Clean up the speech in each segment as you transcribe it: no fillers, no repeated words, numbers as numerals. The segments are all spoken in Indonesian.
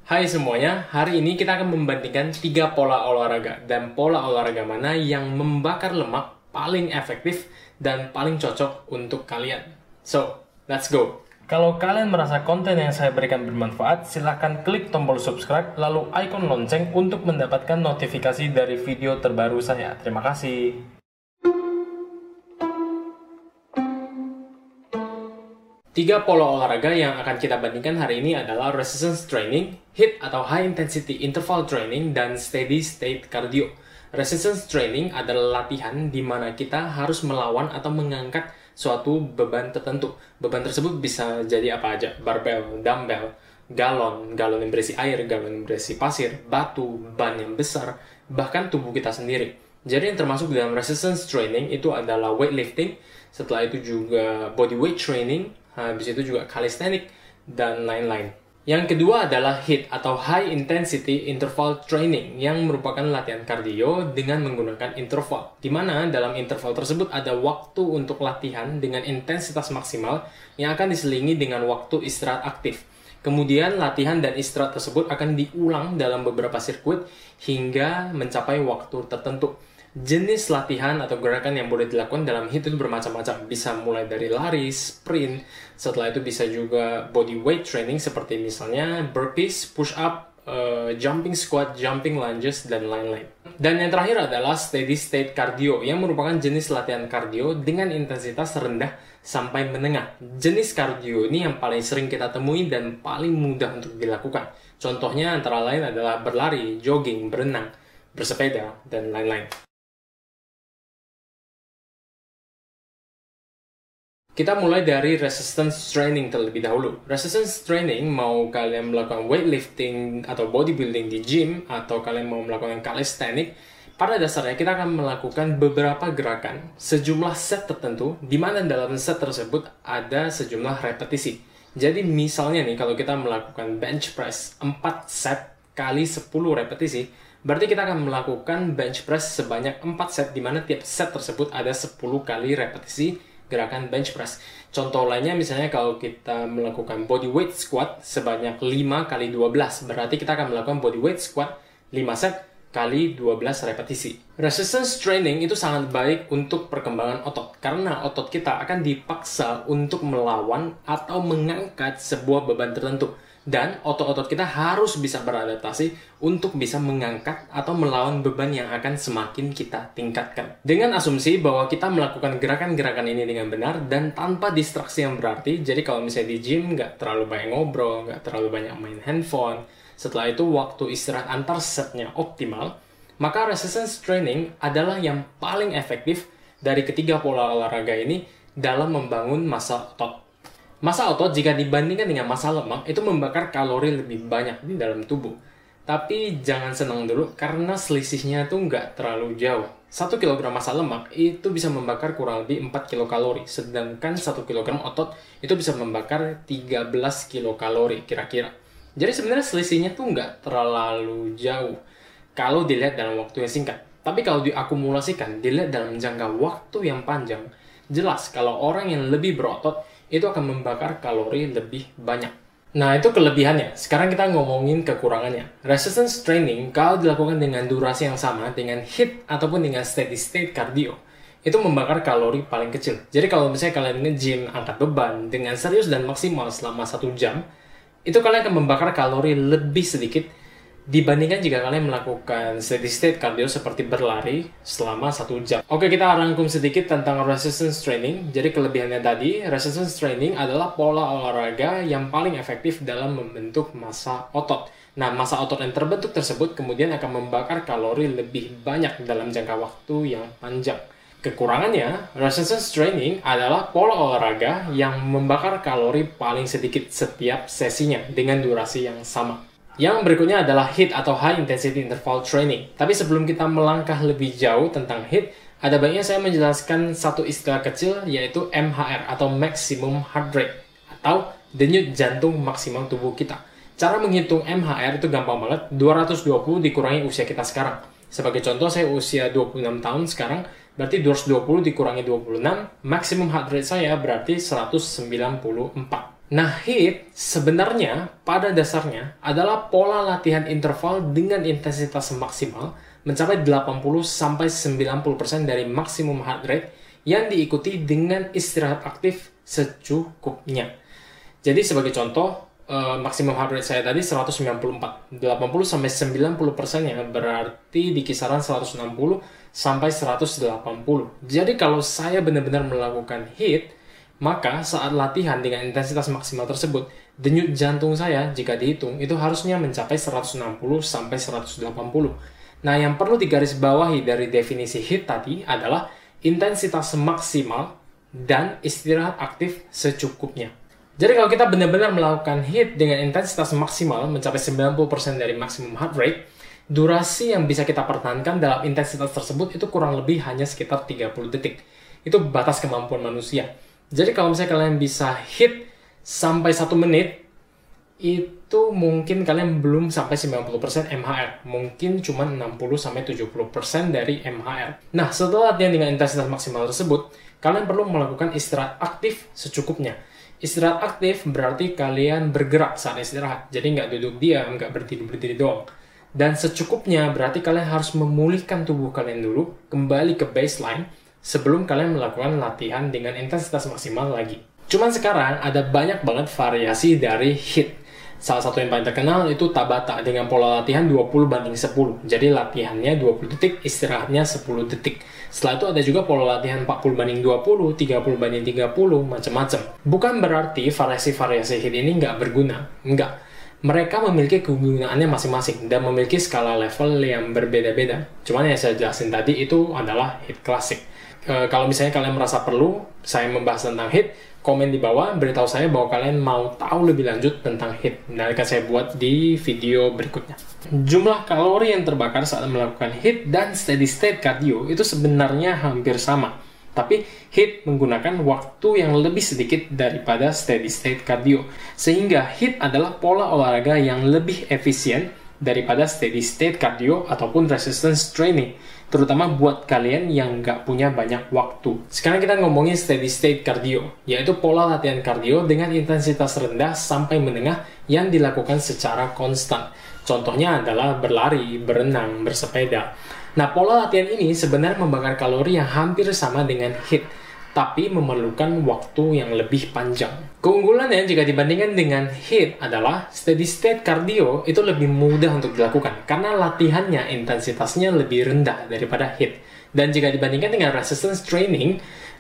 Hai semuanya, hari ini kita akan membandingkan 3 pola olahraga dan pola olahraga mana yang membakar lemak paling efektif dan paling cocok untuk kalian. So, let's go! Kalau kalian merasa konten yang saya berikan bermanfaat, silahkan klik tombol subscribe lalu ikon lonceng untuk mendapatkan notifikasi dari video terbaru saya. Terima kasih. Tiga pola olahraga yang akan kita bandingkan hari ini adalah resistance training, HIIT atau high intensity interval training, dan steady state cardio. Resistance training adalah latihan di mana kita harus melawan atau mengangkat suatu beban tertentu. Beban tersebut bisa jadi apa aja, barbel, dumbbell, galon yang berisi air, galon yang berisi pasir, batu, ban yang besar, bahkan tubuh kita sendiri. Jadi yang termasuk dalam resistance training itu adalah weightlifting, setelah itu juga body weight training, habis itu juga calisthenics, dan lain-lain. Yang kedua adalah HIIT atau High Intensity Interval Training yang merupakan latihan kardio dengan menggunakan interval. Di mana dalam interval tersebut ada waktu untuk latihan dengan intensitas maksimal yang akan diselingi dengan waktu istirahat aktif. Kemudian latihan dan istirahat tersebut akan diulang dalam beberapa sirkuit hingga mencapai waktu tertentu. Jenis latihan atau gerakan yang boleh dilakukan dalam HIIT itu bermacam-macam. Bisa mulai dari lari, sprint, setelah itu bisa juga body weight training seperti misalnya burpees, push up, jumping squat, jumping lunges, dan lain-lain. Dan yang terakhir adalah steady state cardio yang merupakan jenis latihan kardio dengan intensitas rendah sampai menengah. Jenis kardio ini yang paling sering kita temui dan paling mudah untuk dilakukan. Contohnya antara lain adalah berlari, jogging, berenang, bersepeda, dan lain-lain. Kita mulai dari resistance training terlebih dahulu. Resistance training, mau kalian melakukan weightlifting atau bodybuilding di gym, atau kalian mau melakukan calisthenics, pada dasarnya kita akan melakukan beberapa gerakan, sejumlah set tertentu, di mana dalam set tersebut ada sejumlah repetisi. Jadi misalnya nih, kalau kita melakukan bench press 4 set kali 10 repetisi, berarti kita akan melakukan bench press sebanyak 4 set, di mana tiap set tersebut ada 10 kali repetisi gerakan bench press. Contoh lainnya misalnya kalau kita melakukan body weight squat sebanyak 5 kali 12, berarti kita akan melakukan body weight squat 5 set kali 12 repetisi. Resistance training itu sangat baik untuk perkembangan otot, karena otot kita akan dipaksa untuk melawan atau mengangkat sebuah beban tertentu. Dan otot-otot kita harus bisa beradaptasi untuk bisa mengangkat atau melawan beban yang akan semakin kita tingkatkan. Dengan asumsi bahwa kita melakukan gerakan-gerakan ini dengan benar dan tanpa distraksi yang berarti. Jadi kalau misalnya di gym nggak terlalu banyak ngobrol, nggak terlalu banyak main handphone, setelah itu waktu istirahat antar setnya optimal, maka resistance training adalah yang paling efektif dari ketiga pola olahraga ini dalam membangun massa otot. Massa otot jika dibandingkan dengan massa lemak itu membakar kalori lebih banyak di dalam tubuh. Tapi jangan senang dulu karena selisihnya tuh nggak terlalu jauh. 1 kg massa lemak itu bisa membakar kurang lebih 4 kilokalori, sedangkan 1 kg otot itu bisa membakar 13 kilokalori kira-kira. Jadi sebenarnya selisihnya tuh nggak terlalu jauh kalau dilihat dalam waktu yang singkat. Tapi kalau diakumulasikan, dilihat dalam jangka waktu yang panjang, jelas kalau orang yang lebih berotot itu akan membakar kalori lebih banyak. Nah, itu kelebihannya. Sekarang kita ngomongin kekurangannya. Resistance training, kalau dilakukan dengan durasi yang sama, dengan HIIT ataupun dengan steady state cardio, itu membakar kalori paling kecil. Jadi kalau misalnya kalian nge-gym angkat beban dengan serius dan maksimal selama 1 jam, itu kalian akan membakar kalori lebih sedikit dibandingkan jika kalian melakukan steady state cardio seperti berlari selama 1 jam. Oke, kita rangkum sedikit tentang resistance training. Jadi kelebihannya tadi, resistance training adalah pola olahraga yang paling efektif dalam membentuk massa otot. Nah, massa otot yang terbentuk tersebut kemudian akan membakar kalori lebih banyak dalam jangka waktu yang panjang. Kekurangannya, resistance training adalah pola olahraga yang membakar kalori paling sedikit setiap sesinya dengan durasi yang sama. Yang berikutnya adalah HIIT atau High Intensity Interval Training. Tapi sebelum kita melangkah lebih jauh tentang HIIT, ada baiknya saya menjelaskan satu istilah kecil yaitu MHR atau Maximum Heart Rate atau denyut jantung maksimal tubuh kita. Cara menghitung MHR itu gampang banget, 220 dikurangi usia kita sekarang. Sebagai contoh, saya usia 26 tahun sekarang, berarti 220 dikurangi 26, maximum heart rate saya berarti 194. Nah, HIIT sebenarnya pada dasarnya adalah pola latihan interval dengan intensitas maksimal mencapai 80-90% dari maksimum heart rate yang diikuti dengan istirahat aktif secukupnya. Jadi sebagai contoh, maksimum heart rate saya tadi 194, 80-90%-nya berarti di kisaran 160-180. Jadi kalau saya benar-benar melakukan HIIT, maka saat latihan dengan intensitas maksimal tersebut, denyut jantung saya jika dihitung itu harusnya mencapai 160-180. Nah, yang perlu digarisbawahi dari definisi HIIT tadi adalah intensitas maksimal dan istirahat aktif secukupnya. Jadi kalau kita benar-benar melakukan HIIT dengan intensitas maksimal mencapai 90% dari maksimum heart rate, durasi yang bisa kita pertahankan dalam intensitas tersebut itu kurang lebih hanya sekitar 30 detik. Itu batas kemampuan manusia. Jadi kalau misalnya kalian bisa HIIT sampai 1 menit, itu mungkin kalian belum sampai 90% MHR. Mungkin cuma 60-70% dari MHR. Nah, setelah latihan dengan intensitas maksimal tersebut, kalian perlu melakukan istirahat aktif secukupnya. Istirahat aktif berarti kalian bergerak saat istirahat. Jadi nggak duduk diam, nggak berdiri doang. Dan secukupnya berarti kalian harus memulihkan tubuh kalian dulu, kembali ke baseline, sebelum kalian melakukan latihan dengan intensitas maksimal lagi. Cuman sekarang ada banyak banget variasi dari HIIT. Salah satu yang paling terkenal itu Tabata dengan pola latihan 20/10. Jadi latihannya 20 detik, istirahatnya 10 detik. Setelah itu ada juga pola latihan 40/20, 30/30, macam-macam. Bukan berarti variasi-variasi HIIT ini nggak berguna. Nggak. Mereka memiliki kegunaannya masing-masing dan memiliki skala level yang berbeda-beda. Cuman yang saya jelasin tadi itu adalah HIIT klasik. Kalau misalnya kalian merasa perlu saya membahas tentang HIIT, komen di bawah, beritahu saya bahwa kalian mau tahu lebih lanjut tentang HIIT. Dan akan saya buat di video berikutnya. Jumlah kalori yang terbakar saat melakukan HIIT dan steady state cardio itu sebenarnya hampir sama. Tapi HIIT menggunakan waktu yang lebih sedikit daripada steady state cardio. Sehingga HIIT adalah pola olahraga yang lebih efisien daripada steady state cardio ataupun resistance training. Terutama buat kalian yang nggak punya banyak waktu. Sekarang kita ngomongin steady state cardio, yaitu pola latihan cardio dengan intensitas rendah sampai menengah yang dilakukan secara konstan. Contohnya adalah berlari, berenang, bersepeda. Nah, pola latihan ini sebenarnya membakar kalori yang hampir sama dengan HIIT, tapi memerlukan waktu yang lebih panjang. Keunggulannya jika dibandingkan dengan HIIT adalah steady state cardio itu lebih mudah untuk dilakukan karena latihannya intensitasnya lebih rendah daripada HIIT. Dan jika dibandingkan dengan resistance training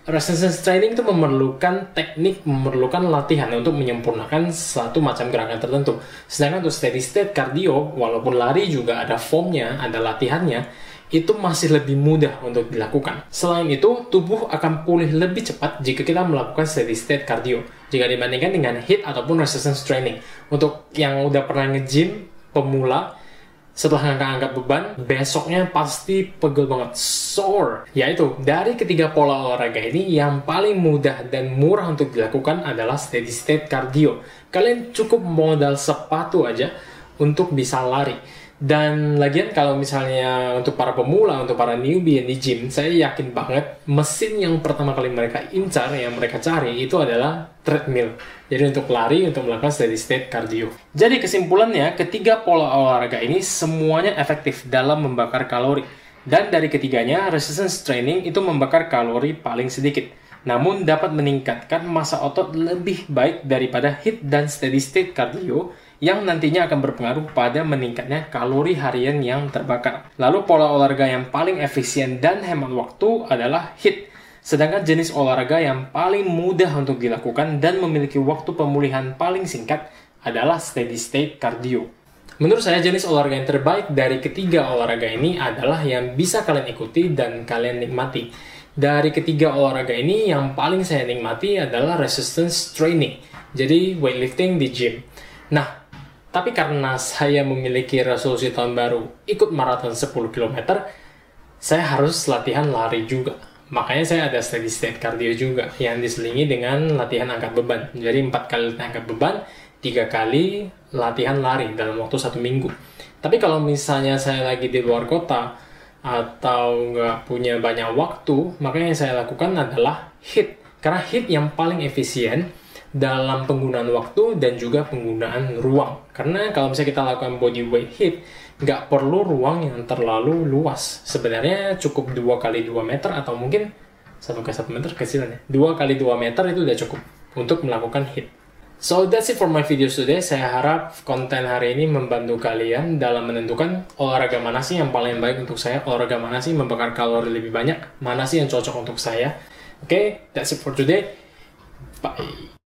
itu memerlukan teknik, memerlukan latihan untuk menyempurnakan satu macam gerakan tertentu. Sedangkan untuk steady state cardio, walaupun lari juga ada formnya, ada latihannya, itu masih lebih mudah untuk dilakukan. Selain itu, tubuh akan pulih lebih cepat jika kita melakukan steady state cardio jika dibandingkan dengan HIIT ataupun resistance training. Untuk yang udah pernah nge-gym, pemula, setelah angkat beban, besoknya pasti pegel banget, sore. Yaitu, dari ketiga pola olahraga ini, yang paling mudah dan murah untuk dilakukan adalah steady state cardio. Kalian cukup modal sepatu aja untuk bisa lari. Dan lagian kalau misalnya untuk para pemula, untuk para newbie yang di gym, saya yakin banget mesin yang pertama kali mereka incar, yang mereka cari itu adalah treadmill. Jadi untuk lari, untuk melakukan steady state cardio. Jadi kesimpulannya, ketiga pola olahraga ini semuanya efektif dalam membakar kalori. Dan dari ketiganya, resistance training itu membakar kalori paling sedikit. Namun dapat meningkatkan massa otot lebih baik daripada HIIT dan steady state cardio yang nantinya akan berpengaruh pada meningkatnya kalori harian yang terbakar. Lalu pola olahraga yang paling efisien dan hemat waktu adalah HIIT. Sedangkan jenis olahraga yang paling mudah untuk dilakukan dan memiliki waktu pemulihan paling singkat adalah steady state cardio. Menurut saya jenis olahraga yang terbaik dari ketiga olahraga ini adalah yang bisa kalian ikuti dan kalian nikmati. Dari ketiga olahraga ini yang paling saya nikmati adalah resistance training. Jadi weightlifting di gym. Nah, tapi karena saya memiliki resolusi tahun baru ikut maraton 10 km, saya harus latihan lari juga. Makanya saya ada steady state cardio juga yang diselingi dengan latihan angkat beban. Jadi 4 kali angkat beban, 3 kali latihan lari dalam waktu 1 minggu. Tapi kalau misalnya saya lagi di luar kota atau nggak punya banyak waktu, maka yang saya lakukan adalah HIIT. Karena HIIT yang paling efisien dalam penggunaan waktu dan juga penggunaan ruang. Karena kalau misalnya kita lakukan body weight HIIT, nggak perlu ruang yang terlalu luas. Sebenarnya cukup 2 kali 2 meter atau mungkin 1 kali 1 meter kecilan ya. 2 kali 2 meter itu udah cukup untuk melakukan HIIT. So that's it for my video today. Saya harap konten hari ini membantu kalian dalam menentukan olahraga mana sih yang paling baik untuk saya, olahraga mana sih membakar kalori lebih banyak, mana sih yang cocok untuk saya. Okay, that's it for today. Bye.